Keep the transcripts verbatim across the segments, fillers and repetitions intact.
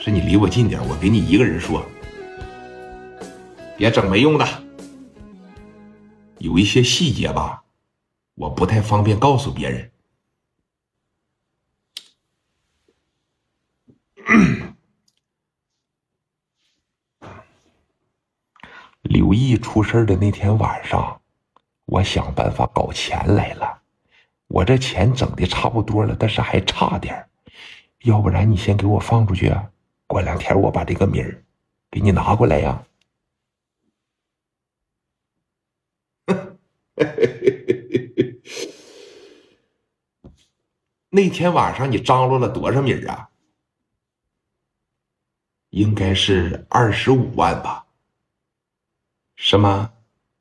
是你离我近点，我给你一个人说，别整没用的。有一些细节吧，我不太方便告诉别人。刘毅出事的那天晚上，我想办法搞钱来了。我这钱整的差不多了，但是还差点，要不然你先给我放出去啊，过两天我把这个米儿给你拿过来呀。那天晚上你张罗了多少米儿啊？应该是二十五万吧？是吗？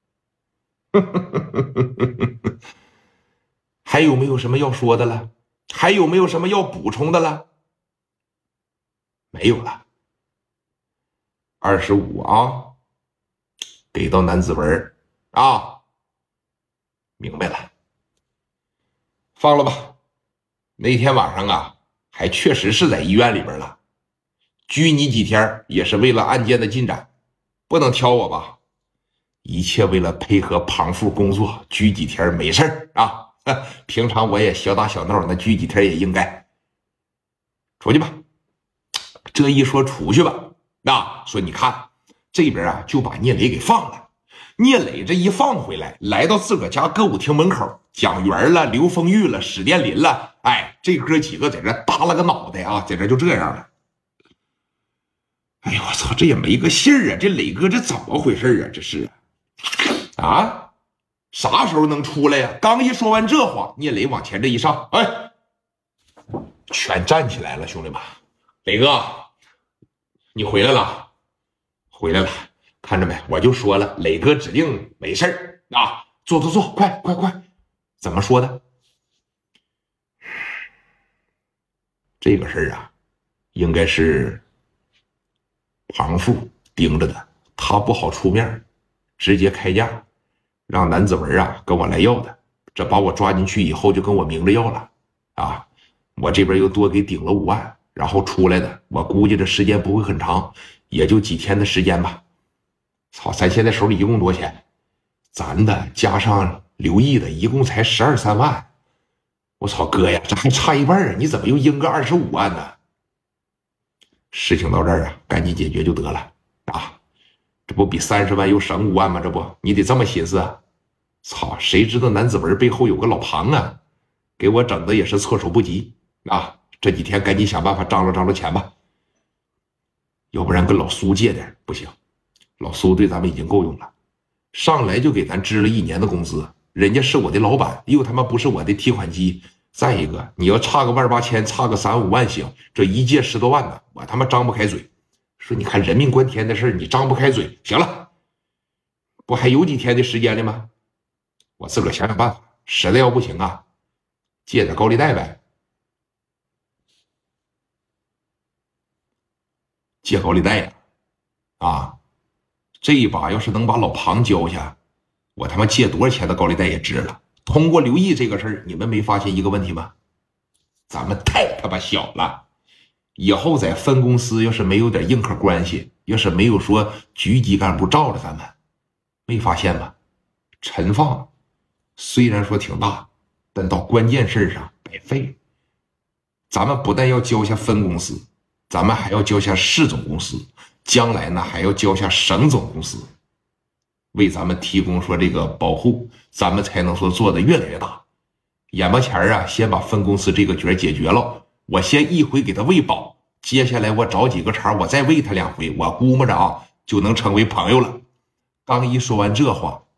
还有没有什么要说的了？还有没有什么要补充的了？没有了。二十五啊，给到南子文啊，明白了，放了吧。那天晚上啊，还确实是在医院里边了，拘你几天也是为了案件的进展，不能挑我吧？一切为了配合庞父工作，拘几天没事啊。平常我也小打小闹，那拘几天也应该。出去吧。这一说出去吧，啊，说你看这边啊，就把聂磊给放了。聂磊这一放回来，来到自个家歌舞厅门口，蒋元了、刘丰玉了、史殿林了，哎，这哥几个在这耷拉个脑袋啊，在这就这样了。哎呦我操，这也没个信儿啊！这磊哥这怎么回事啊？这是啊，啥时候能出来呀？刚一说完这话，聂磊往前这一上，哎，全站起来了，兄弟们，磊哥，你回来了，回来了，看着没？我就说了，磊哥指定没事儿啊，坐坐坐，快快快！怎么说的？这个事儿啊，应该是庞父盯着的，他不好出面，直接开价，让南子文啊跟我来要的。这把我抓进去以后，就跟我明着要了啊！我这边又多给顶了五万，然后出来的，我估计这时间不会很长，也就几天的时间吧。操，咱现在手里一共多少钱？咱的加上刘毅的，一共才十二三万。我操，哥呀，这还差一半啊！你怎么又应个二十五万呢？事情到这儿啊，赶紧解决就得了啊！这不比三十万又省五万吗？这不，你得这么寻思啊！操，谁知道南子文背后有个老庞啊，给我整的也是措手不及啊！这几天赶紧想办法张罗张罗钱吧，要不然跟老苏借点不行。老苏对咱们已经够用了，上来就给咱支了一年的工资，人家是我的老板，又他妈不是我的提款机。再一个，你要差个万八千，差个三五万行，这一借十多万呢，我他妈张不开嘴。说你看人命关天的事你张不开嘴，行了，不还有几天的时间了吗？我自个儿想想办法，实在要不行啊，借点高利贷呗。借高利贷呀，啊，这一把要是能把老庞交下，我他妈借多少钱的高利贷也值了。通过刘毅这个事儿，你们没发现一个问题吗？咱们太他妈小了，以后在分公司要是没有点硬核关系，要是没有说局级干部罩着咱们，没发现吗？陈放虽然说挺大，但到关键事上白费。咱们不但要交下分公司，咱们还要交下市总公司，将来呢还要交下省总公司，为咱们提供说这个保护，咱们才能说做得越来越大。眼巴前啊，先把分公司这个角解决了，我先一回给他喂饱，接下来我找几个茬，我再喂他两回，我估摸着啊就能成为朋友了。刚一说完这话，